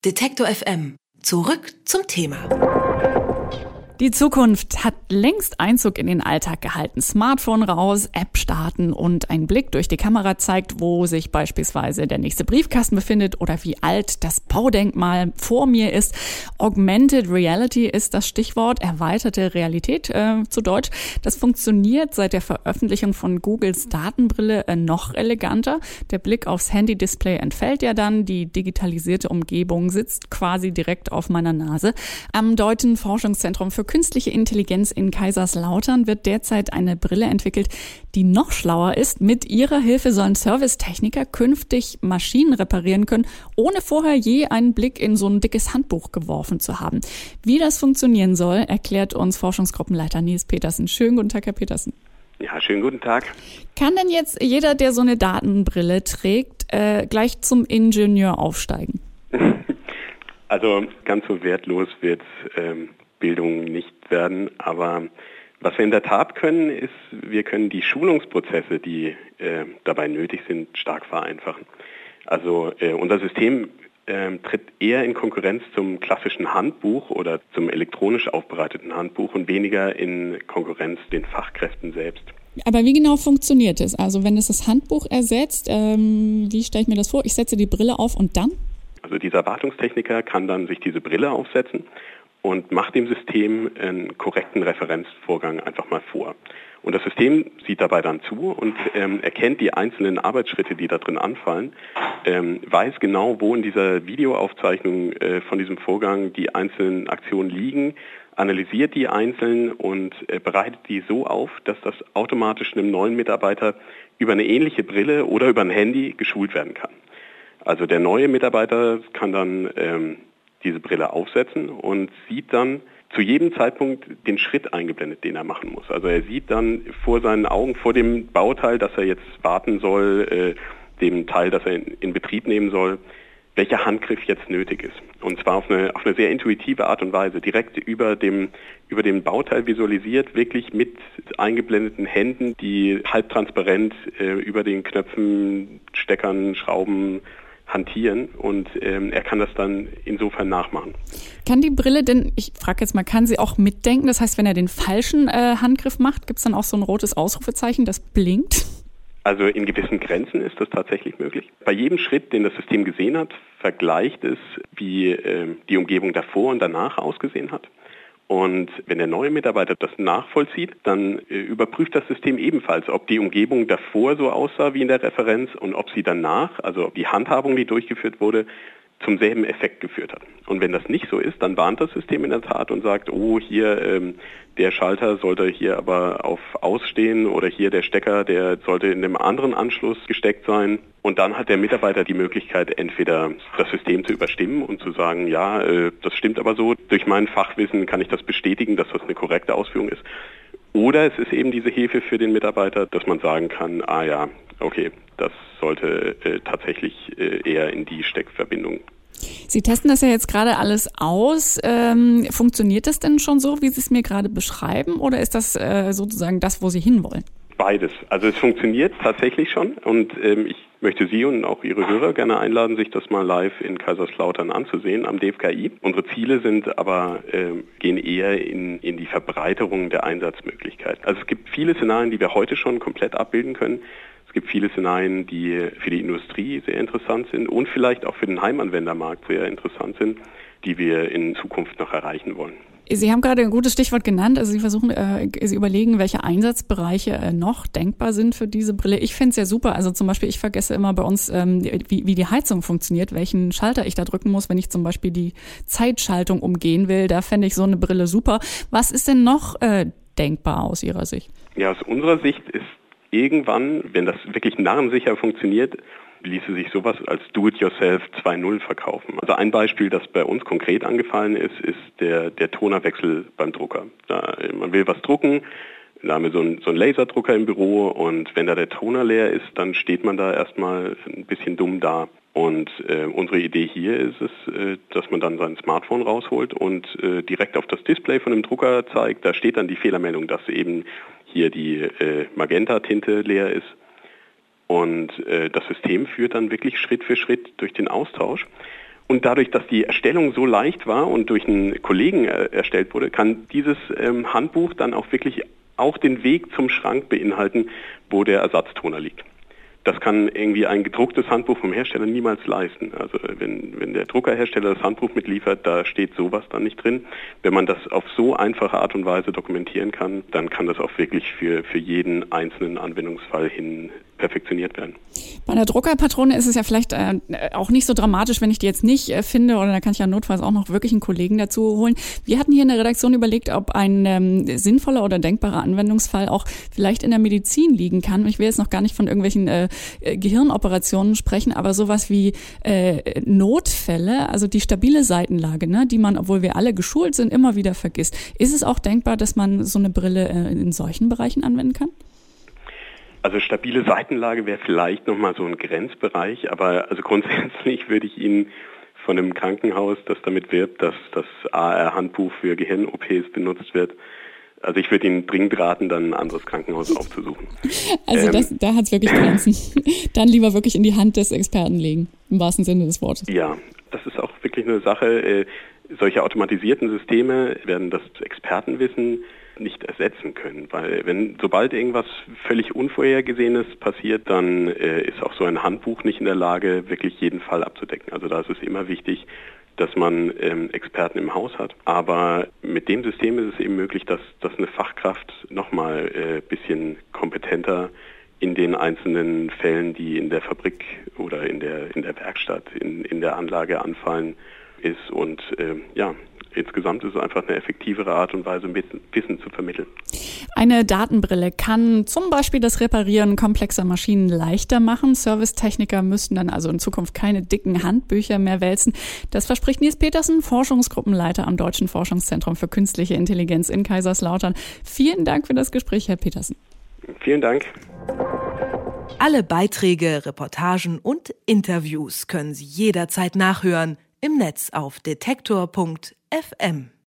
Detektor FM. Zurück zum Thema. Die Zukunft hat längst Einzug in den Alltag gehalten. Smartphone raus, App starten und ein Blick durch die Kamera zeigt, wo sich beispielsweise der nächste Briefkasten befindet oder wie alt das Baudenkmal vor mir ist. Augmented Reality ist das Stichwort, erweiterte Realität zu Deutsch. Das funktioniert seit der Veröffentlichung von Googles Datenbrille noch eleganter. Der Blick aufs Handy-Display entfällt ja dann. Die digitalisierte Umgebung sitzt quasi direkt auf meiner Nase. Am Deutschen Forschungszentrum für künstliche Intelligenz in Kaiserslautern wird derzeit eine Brille entwickelt, die noch schlauer ist. Mit ihrer Hilfe sollen Servicetechniker künftig Maschinen reparieren können, ohne vorher je einen Blick in so ein dickes Handbuch geworfen zu haben. Wie das funktionieren soll, erklärt uns Forschungsgruppenleiter Nils Petersen. Schönen guten Tag, Herr Petersen. Ja, schönen guten Tag. Kann denn jetzt jeder, der so eine Datenbrille trägt, gleich zum Ingenieur aufsteigen? Also ganz so wertlos wird Bildung nicht werden, aber was wir in der Tat können, ist, wir können die Schulungsprozesse, die dabei nötig sind, stark vereinfachen. Also unser System tritt eher in Konkurrenz zum klassischen Handbuch oder zum elektronisch aufbereiteten Handbuch und weniger in Konkurrenz den Fachkräften selbst. Aber wie genau funktioniert es? Also wenn es das Handbuch ersetzt, wie stelle ich mir das vor? Ich setze die Brille auf und dann? Also dieser Wartungstechniker kann dann sich diese Brille aufsetzen und macht dem System einen korrekten Referenzvorgang einfach mal vor. Und das System sieht dabei dann zu und erkennt die einzelnen Arbeitsschritte, die da drin anfallen, weiß genau, wo in dieser Videoaufzeichnung von diesem Vorgang die einzelnen Aktionen liegen, analysiert die einzeln und bereitet die so auf, dass das automatisch einem neuen Mitarbeiter über eine ähnliche Brille oder über ein Handy geschult werden kann. Also der neue Mitarbeiter kann dann diese Brille aufsetzen und sieht dann zu jedem Zeitpunkt den Schritt eingeblendet, den er machen muss. Also er sieht dann vor seinen Augen, vor dem Bauteil, das er jetzt warten soll, dem Teil, das er in Betrieb nehmen soll, welcher Handgriff jetzt nötig ist. Und zwar auf eine sehr intuitive Art und Weise, direkt über dem Bauteil visualisiert, wirklich mit eingeblendeten Händen, die halbtransparent über den Knöpfen, Steckern, Schrauben hantieren und er kann das dann insofern nachmachen. Kann die Brille denn, ich frage jetzt mal, kann sie auch mitdenken? Das heißt, wenn er den falschen Handgriff macht, gibt es dann auch so ein rotes Ausrufezeichen, das blinkt? Also in gewissen Grenzen ist das tatsächlich möglich. Bei jedem Schritt, den das System gesehen hat, vergleicht es, wie die Umgebung davor und danach ausgesehen hat. Und wenn der neue Mitarbeiter das nachvollzieht, dann überprüft das System ebenfalls, ob die Umgebung davor so aussah wie in der Referenz und ob sie danach, also ob die Handhabung, die durchgeführt wurde, zum selben Effekt geführt hat. Und wenn das nicht so ist, dann warnt das System in der Tat und sagt, oh, hier der Schalter sollte hier aber auf Ausstehen oder hier der Stecker, der sollte in einem anderen Anschluss gesteckt sein. Und dann hat der Mitarbeiter die Möglichkeit, entweder das System zu überstimmen und zu sagen, ja, das stimmt aber so, durch mein Fachwissen kann ich das bestätigen, dass das eine korrekte Ausführung ist. Oder es ist eben diese Hilfe für den Mitarbeiter, dass man sagen kann, ah ja, okay, das sollte tatsächlich eher in die Steckverbindung. Sie testen das ja jetzt gerade alles aus. Funktioniert das denn schon so, wie Sie es mir gerade beschreiben, oder ist das sozusagen das, wo Sie hinwollen? Beides. Also es funktioniert tatsächlich schon und ich möchte Sie und auch Ihre Hörer gerne einladen, sich das mal live in Kaiserslautern anzusehen am DFKI. Unsere Ziele sind aber, gehen eher in die Verbreiterung der Einsatzmöglichkeiten. Also es gibt viele Szenarien, die wir heute schon komplett abbilden können. Es gibt viele Szenarien, die für die Industrie sehr interessant sind und vielleicht auch für den Heimanwendermarkt sehr interessant sind, die wir in Zukunft noch erreichen wollen. Sie haben gerade ein gutes Stichwort genannt. Also Sie überlegen, welche Einsatzbereiche noch denkbar sind für diese Brille. Ich finde es ja super. Also zum Beispiel, ich vergesse immer bei uns, wie die Heizung funktioniert, welchen Schalter ich da drücken muss, wenn ich zum Beispiel die Zeitschaltung umgehen will. Da fände ich so eine Brille super. Was ist denn noch denkbar aus Ihrer Sicht? Ja, aus unserer Sicht ist irgendwann, wenn das wirklich narrensicher funktioniert, ließe sich sowas als Do-it-yourself 2.0 verkaufen. Also ein Beispiel, das bei uns konkret angefallen ist der Tonerwechsel beim Drucker. Man will was drucken, da haben wir so einen Laserdrucker im Büro und wenn da der Toner leer ist, dann steht man da erstmal ein bisschen dumm da. Und unsere Idee hier ist es, dass man dann sein Smartphone rausholt und direkt auf das Display von dem Drucker zeigt. Da steht dann die Fehlermeldung, dass eben hier die Magenta-Tinte leer ist. Und das System führt dann wirklich Schritt für Schritt durch den Austausch Und dadurch, dass die Erstellung so leicht war und durch einen Kollegen erstellt wurde, kann dieses Handbuch dann auch wirklich auch den Weg zum Schrank beinhalten, wo der Ersatztoner liegt. Das kann irgendwie ein gedrucktes Handbuch vom Hersteller niemals leisten. Also wenn der Druckerhersteller das Handbuch mitliefert, da steht sowas dann nicht drin. Wenn man das auf so einfache Art und Weise dokumentieren kann, dann kann das auch wirklich für jeden einzelnen Anwendungsfall hin perfektioniert werden. Bei einer Druckerpatrone ist es ja vielleicht auch nicht so dramatisch, wenn ich die jetzt nicht finde, oder da kann ich ja notfalls auch noch wirklich einen Kollegen dazu holen. Wir hatten hier in der Redaktion überlegt, ob ein sinnvoller oder denkbarer Anwendungsfall auch vielleicht in der Medizin liegen kann. Ich will jetzt noch gar nicht von irgendwelchen Gehirnoperationen sprechen, aber sowas wie Notfälle, also die stabile Seitenlage, ne, die man, obwohl wir alle geschult sind, immer wieder vergisst. Ist es auch denkbar, dass man so eine Brille in solchen Bereichen anwenden kann? Also stabile Seitenlage wäre vielleicht nochmal so ein Grenzbereich, aber also grundsätzlich würde ich Ihnen von einem Krankenhaus, das damit wirbt, dass das AR-Handbuch für Gehirn-OPs benutzt wird, also ich würde Ihnen dringend raten, dann ein anderes Krankenhaus aufzusuchen. Also da hat es wirklich Grenzen. Dann lieber wirklich in die Hand des Experten legen, im wahrsten Sinne des Wortes. Ja, das ist auch wirklich eine Sache. Solche automatisierten Systeme werden das Expertenwissen nicht ersetzen können, weil sobald irgendwas völlig Unvorhergesehenes passiert, dann ist auch so ein Handbuch nicht in der Lage, wirklich jeden Fall abzudecken. Also da ist es immer wichtig, dass man Experten im Haus hat. Aber mit dem System ist es eben möglich, dass eine Fachkraft nochmal ein bisschen kompetenter in den einzelnen Fällen, die in der Fabrik oder in der Werkstatt, in der Anlage anfallen, ist. Und insgesamt ist es einfach eine effektivere Art und Weise, Wissen zu vermitteln. Eine Datenbrille kann zum Beispiel das Reparieren komplexer Maschinen leichter machen. Servicetechniker müssten dann also in Zukunft keine dicken Handbücher mehr wälzen. Das verspricht Nils Petersen, Forschungsgruppenleiter am Deutschen Forschungszentrum für Künstliche Intelligenz in Kaiserslautern. Vielen Dank für das Gespräch, Herr Petersen. Vielen Dank. Alle Beiträge, Reportagen und Interviews können Sie jederzeit nachhören im Netz auf detektor.fm.